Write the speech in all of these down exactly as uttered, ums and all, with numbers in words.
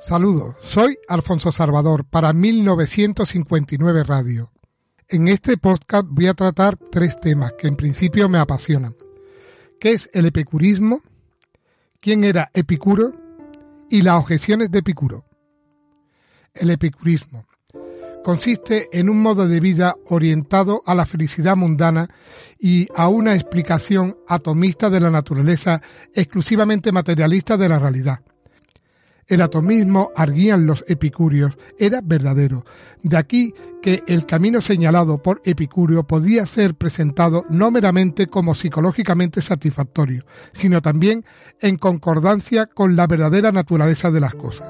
Saludos, soy Alfonso Salvador para mil novecientos cincuenta y nueve Radio. En este podcast voy a tratar tres temas que en principio me apasionan. ¿Qué es el epicurismo? ¿Quién era Epicuro? Y las objeciones de Epicuro. El epicurismo consiste en un modo de vida orientado a la felicidad mundana y a una explicación atomista de la naturaleza exclusivamente materialista de la realidad. El atomismo, arguían los epicúreos, era verdadero. De aquí que el camino señalado por Epicuro podía ser presentado no meramente como psicológicamente satisfactorio, sino también en concordancia con la verdadera naturaleza de las cosas.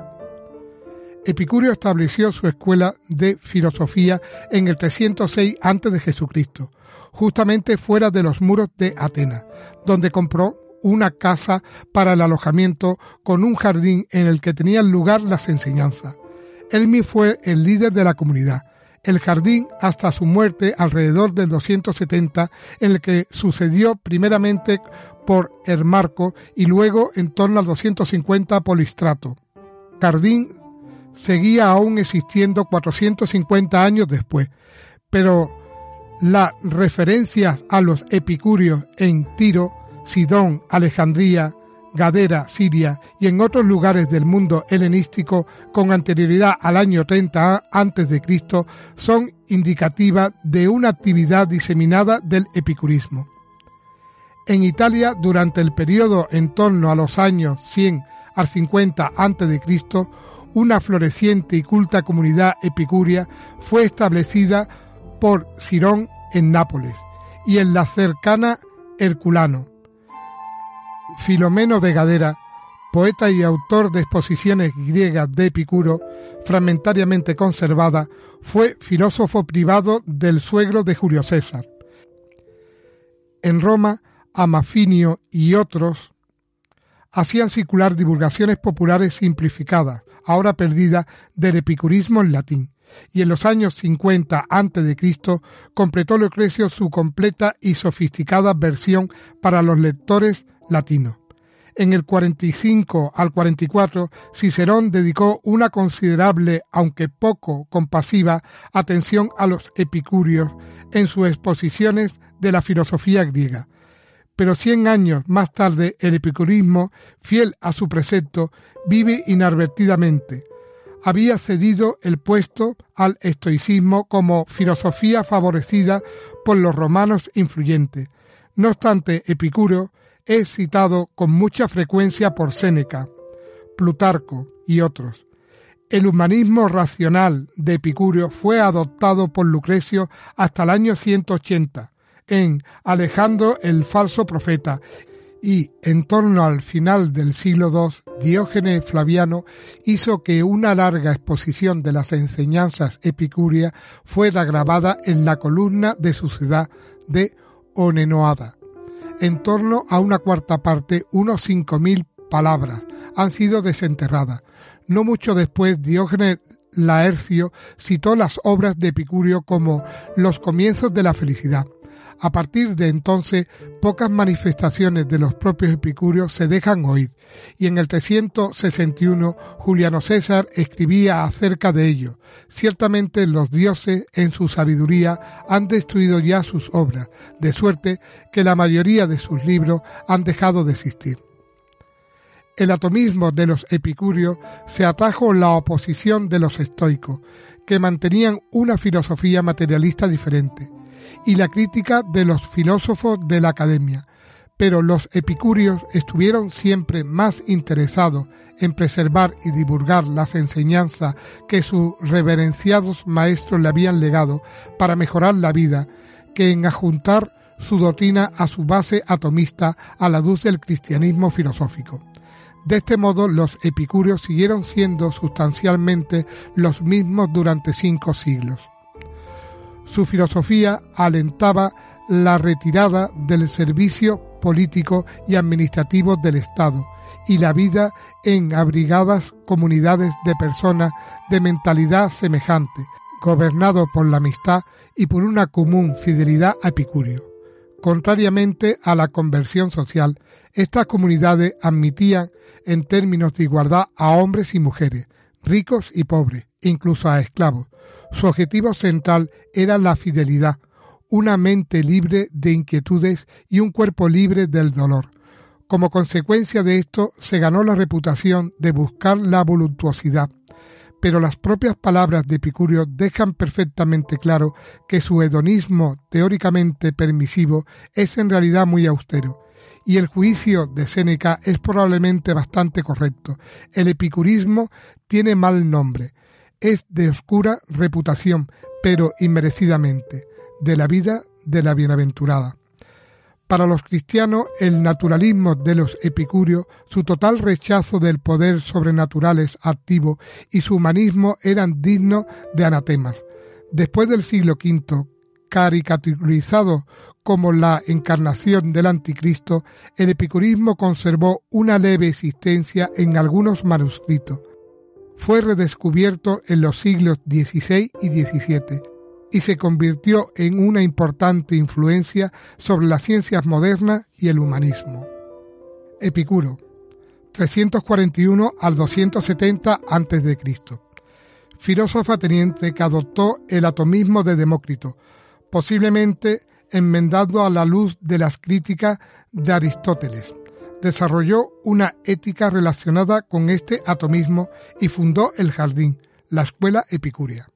Epicurio estableció su escuela de filosofía en el trescientos seis antes de Jesucristo, justamente fuera de los muros de Atenas, donde compró una casa para el alojamiento con un jardín en el que tenían lugar las enseñanzas. Él mismo fue el líder de la comunidad. El jardín hasta su muerte alrededor del doscientos setenta, en el que sucedió primeramente por Hermarco y luego en torno al doscientos cincuenta por Listrato. Jardín seguía aún existiendo cuatrocientos cincuenta años después, pero las referencias a los epicúreos en Tiro, Sidón, Alejandría, Gadara, Siria y en otros lugares del mundo helenístico con anterioridad al año treinta antes de Cristo son indicativas de una actividad diseminada del epicurismo. En Italia, durante el periodo en torno a los años cien al cincuenta antes de Cristo, una floreciente y culta comunidad epicúrea fue establecida por Cirón en Nápoles y en la cercana Herculano. Filomeno de Gadara, poeta y autor de exposiciones griegas de Epicuro, fragmentariamente conservadas, fue filósofo privado del suegro de Julio César. En Roma, Amafinio y otros hacían circular divulgaciones populares simplificadas, ahora perdidas, del epicurismo en latín, y en los años cincuenta antes de Cristo completó Lucrecio su completa y sofisticada versión para los lectores latinos. En el cuarenta y cinco al cuarenta y cuatro, Cicerón dedicó una considerable, aunque poco compasiva, atención a los epicúreos en sus exposiciones de la filosofía griega. Pero cien años más tarde el epicurismo, fiel a su precepto, vive inadvertidamente. Había cedido el puesto al estoicismo como filosofía favorecida por los romanos influyentes. No obstante, Epicuro es citado con mucha frecuencia por Séneca, Plutarco y otros. El humanismo racional de Epicuro fue adoptado por Lucrecio hasta el año ciento ochenta, en Alejandro el falso profeta, y en torno al final del siglo segundo, Diógenes Flaviano hizo que una larga exposición de las enseñanzas epicúreas fuera grabada en la columna de su ciudad de Onenoada. En torno a una cuarta parte, unos cinco mil palabras, han sido desenterradas. No mucho después, Diógenes Laercio citó las obras de Epicurio como los comienzos de la felicidad. A partir de entonces, pocas manifestaciones de los propios epicúreos se dejan oír, y en el trescientos sesenta y uno Juliano César escribía acerca de ello. Ciertamente los dioses, en su sabiduría, han destruido ya sus obras, de suerte que la mayoría de sus libros han dejado de existir. El atomismo de los epicúreos se atrajo la oposición de los estoicos, que mantenían una filosofía materialista diferente, y la crítica de los filósofos de la academia, pero los epicúreos estuvieron siempre más interesados en preservar y divulgar las enseñanzas que sus reverenciados maestros le habían legado para mejorar la vida, que en adjuntar su doctrina a su base atomista a la luz del cristianismo filosófico. De este modo, los epicúreos siguieron siendo sustancialmente los mismos durante cinco siglos. Su filosofía alentaba la retirada del servicio político y administrativo del Estado y la vida en abrigadas comunidades de personas de mentalidad semejante, gobernados por la amistad y por una común fidelidad a Epicurio. Contrariamente a la conversión social, estas comunidades admitían en términos de igualdad a hombres y mujeres, ricos y pobres, incluso a esclavos. Su objetivo central era la fidelidad, una mente libre de inquietudes y un cuerpo libre del dolor. Como consecuencia de esto, se ganó la reputación de buscar la voluptuosidad, pero las propias palabras de Epicurio dejan perfectamente claro que su hedonismo teóricamente permisivo es en realidad muy austero, y el juicio de Séneca es probablemente bastante correcto. El epicurismo tiene mal nombre, es de oscura reputación, pero inmerecidamente, de la vida de la bienaventurada. Para los cristianos, el naturalismo de los epicúreos, su total rechazo del poder sobrenaturales activo y su humanismo eran dignos de anatemas. Después del siglo quinto, caricaturizado como la encarnación del anticristo, el epicurismo conservó una leve existencia en algunos manuscritos. Fue redescubierto en los siglos dieciséis y diecisiete y se convirtió en una importante influencia sobre las ciencias modernas y el humanismo. Epicuro, trescientos cuarenta y uno al doscientos setenta antes de Cristo Filósofo ateniense que adoptó el atomismo de Demócrito, posiblemente enmendado a la luz de las críticas de Aristóteles. Desarrolló una ética relacionada con este atomismo y fundó el Jardín, la escuela epicúrea.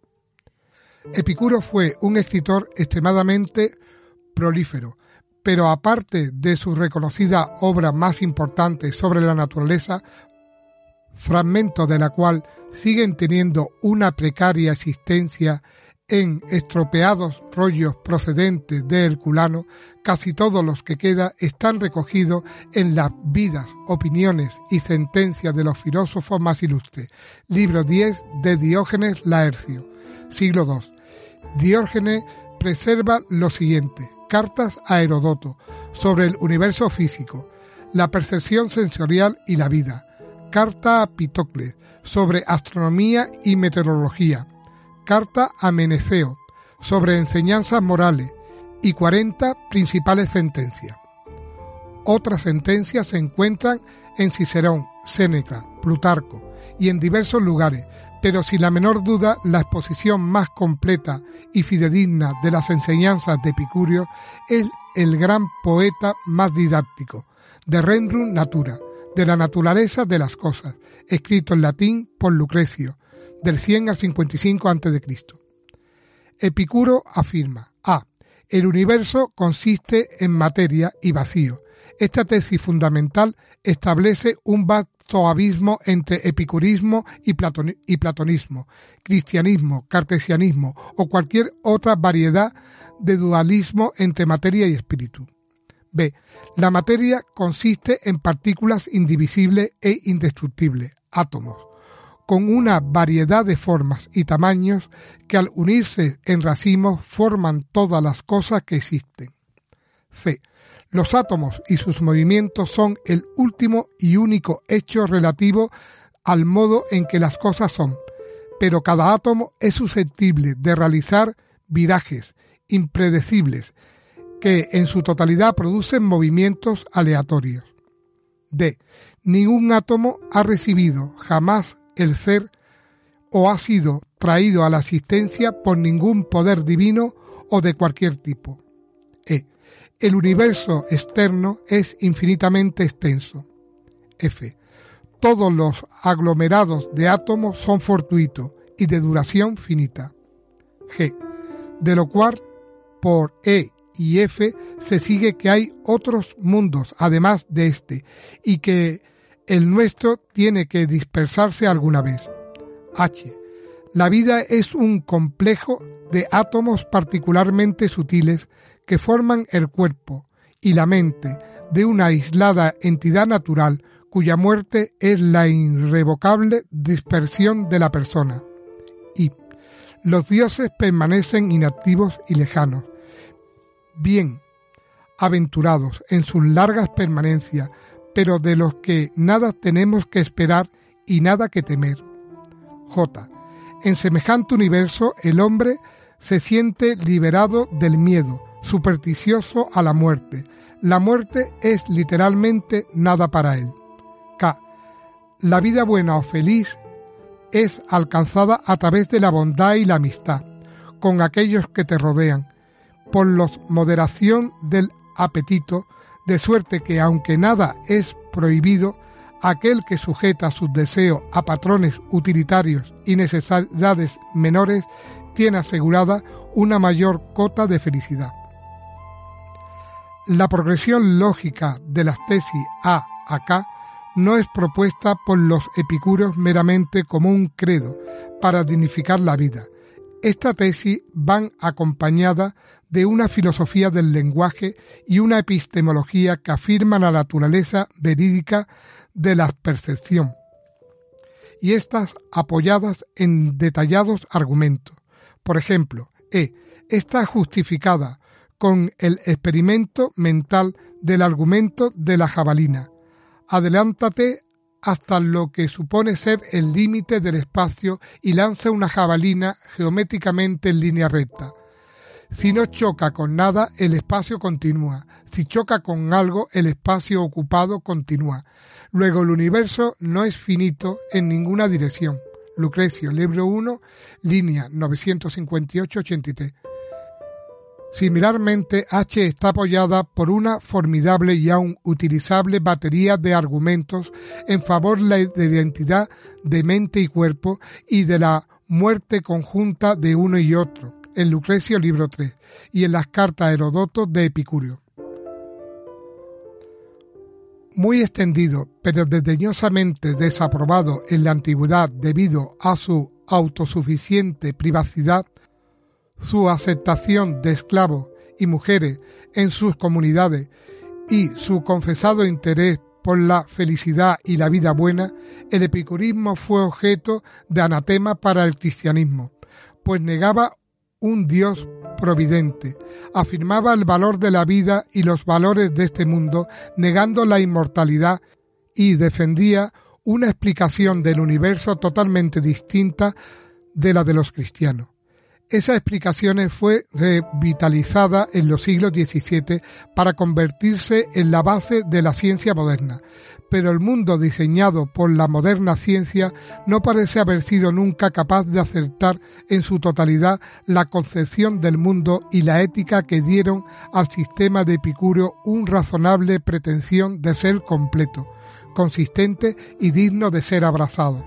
Epicuro fue un escritor extremadamente prolífero, pero aparte de su reconocida obra más importante sobre la naturaleza, fragmentos de la cual siguen teniendo una precaria existencia en estropeados rollos procedentes de Herculano, casi todos los que quedan están recogidos en las vidas, opiniones y sentencias de los filósofos más ilustres. Libro diez de Diógenes Laercio, siglo dos. Diógenes preserva lo siguiente: cartas a Heródoto sobre el universo físico, la percepción sensorial y la vida. Carta a Pitocles sobre astronomía y meteorología. Carta a Meneceo sobre enseñanzas morales y cuarenta principales sentencias. Otras sentencias se encuentran en Cicerón, Séneca, Plutarco y en diversos lugares, pero sin la menor duda la exposición más completa y fidedigna de las enseñanzas de Epicurio es el gran poeta más didáctico, De Rerum Natura, de la naturaleza de las cosas, escrito en latín por Lucrecio, del cien al cincuenta y cinco antes de Cristo Epicuro afirma: A. El universo consiste en materia y vacío. Esta tesis fundamental establece un vasto abismo entre epicurismo y, platoni- y platonismo, cristianismo, cartesianismo o cualquier otra variedad de dualismo entre materia y espíritu. B. La materia consiste en partículas indivisibles e indestructibles, átomos, con una variedad de formas y tamaños que al unirse en racimos forman todas las cosas que existen. C. Los átomos y sus movimientos son el último y único hecho relativo al modo en que las cosas son, pero cada átomo es susceptible de realizar virajes impredecibles que en su totalidad producen movimientos aleatorios. D. Ningún átomo ha recibido jamás el ser o ha sido traído a la existencia por ningún poder divino o de cualquier tipo. E. El universo externo es infinitamente extenso. F. Todos los aglomerados de átomos son fortuitos y de duración finita. G. De lo cual, por E y F se sigue que hay otros mundos además de este y que el nuestro tiene que dispersarse alguna vez. H. La vida es un complejo de átomos particularmente sutiles que forman el cuerpo y la mente de una aislada entidad natural cuya muerte es la irrevocable dispersión de la persona. Y los dioses permanecen inactivos y lejanos, bien aventurados en sus largas permanencias, pero de los que nada tenemos que esperar y nada que temer. J. En semejante universo el hombre se siente liberado del miedo supersticioso a la muerte. La muerte es literalmente nada para él. K. La vida buena o feliz es alcanzada a través de la bondad y la amistad con aquellos que te rodean, por la moderación del apetito, de suerte que aunque nada es prohibido, aquel que sujeta sus deseos a patrones utilitarios y necesidades menores tiene asegurada una mayor cota de felicidad. La progresión lógica de las tesis A a K no es propuesta por los epicúreos meramente como un credo para dignificar la vida. Esta tesis van acompañada de una filosofía del lenguaje y una epistemología que afirman la naturaleza verídica de la percepción, y estas apoyadas en detallados argumentos. Por ejemplo, E está justificada con el experimento mental del argumento de la jabalina. Adelántate hasta lo que supone ser el límite del espacio y lanza una jabalina geométricamente en línea recta. Si no choca con nada, el espacio continúa. Si choca con algo, el espacio ocupado continúa. Luego el universo no es finito en ninguna dirección. Lucrecio, libro uno, línea novecientos cincuenta y ocho ochenta y tres. Similarmente, H está apoyada por una formidable y aún utilizable batería de argumentos en favor de la identidad de mente y cuerpo y de la muerte conjunta de uno y otro, en Lucrecio libro tres, y en las cartas a Heródoto de Epicúreo. Muy extendido, pero desdeñosamente desaprobado en la antigüedad debido a su autosuficiente privacidad, su aceptación de esclavos y mujeres en sus comunidades y su confesado interés por la felicidad y la vida buena, el epicurismo fue objeto de anatema para el cristianismo, pues negaba un Dios providente, afirmaba el valor de la vida y los valores de este mundo, negando la inmortalidad, y defendía una explicación del universo totalmente distinta de la de los cristianos. Esa explicación fue revitalizada en los siglos diecisiete para convertirse en la base de la ciencia moderna, pero el mundo diseñado por la moderna ciencia no parece haber sido nunca capaz de acertar en su totalidad la concepción del mundo y la ética que dieron al sistema de Epicúreo una razonable pretensión de ser completo, consistente y digno de ser abrazado.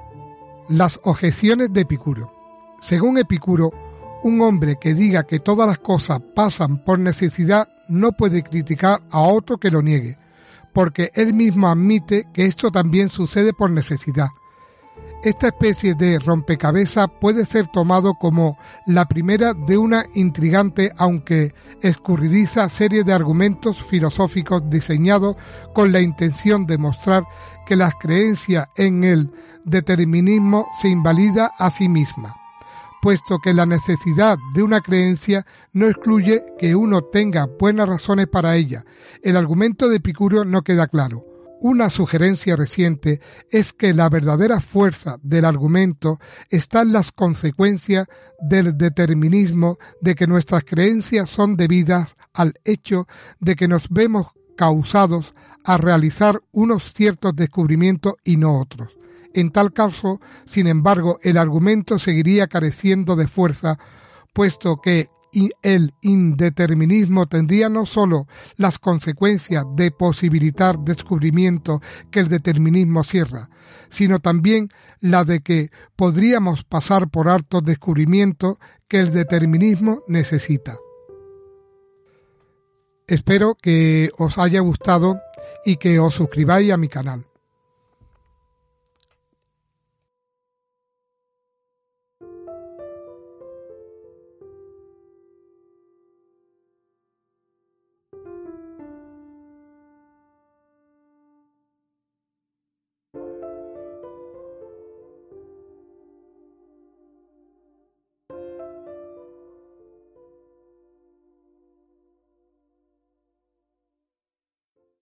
Las objeciones de Epicúreo. Según Epicuro, un hombre que diga que todas las cosas pasan por necesidad no puede criticar a otro que lo niegue, porque él mismo admite que esto también sucede por necesidad. Esta especie de rompecabezas puede ser tomado como la primera de una intrigante aunque escurridiza serie de argumentos filosóficos diseñados con la intención de mostrar que la creencia en el determinismo se invalida a sí misma, puesto que la necesidad de una creencia no excluye que uno tenga buenas razones para ella. El argumento de Epicúreo no queda claro. Una sugerencia reciente es que la verdadera fuerza del argumento está en las consecuencias del determinismo de que nuestras creencias son debidas al hecho de que nos vemos causados a realizar unos ciertos descubrimientos y no otros. En tal caso, sin embargo, el argumento seguiría careciendo de fuerza, puesto que el indeterminismo tendría no sólo las consecuencias de posibilitar descubrimientos que el determinismo cierra, sino también la de que podríamos pasar por alto descubrimientos que el determinismo necesita. Espero que os haya gustado y que os suscribáis a mi canal.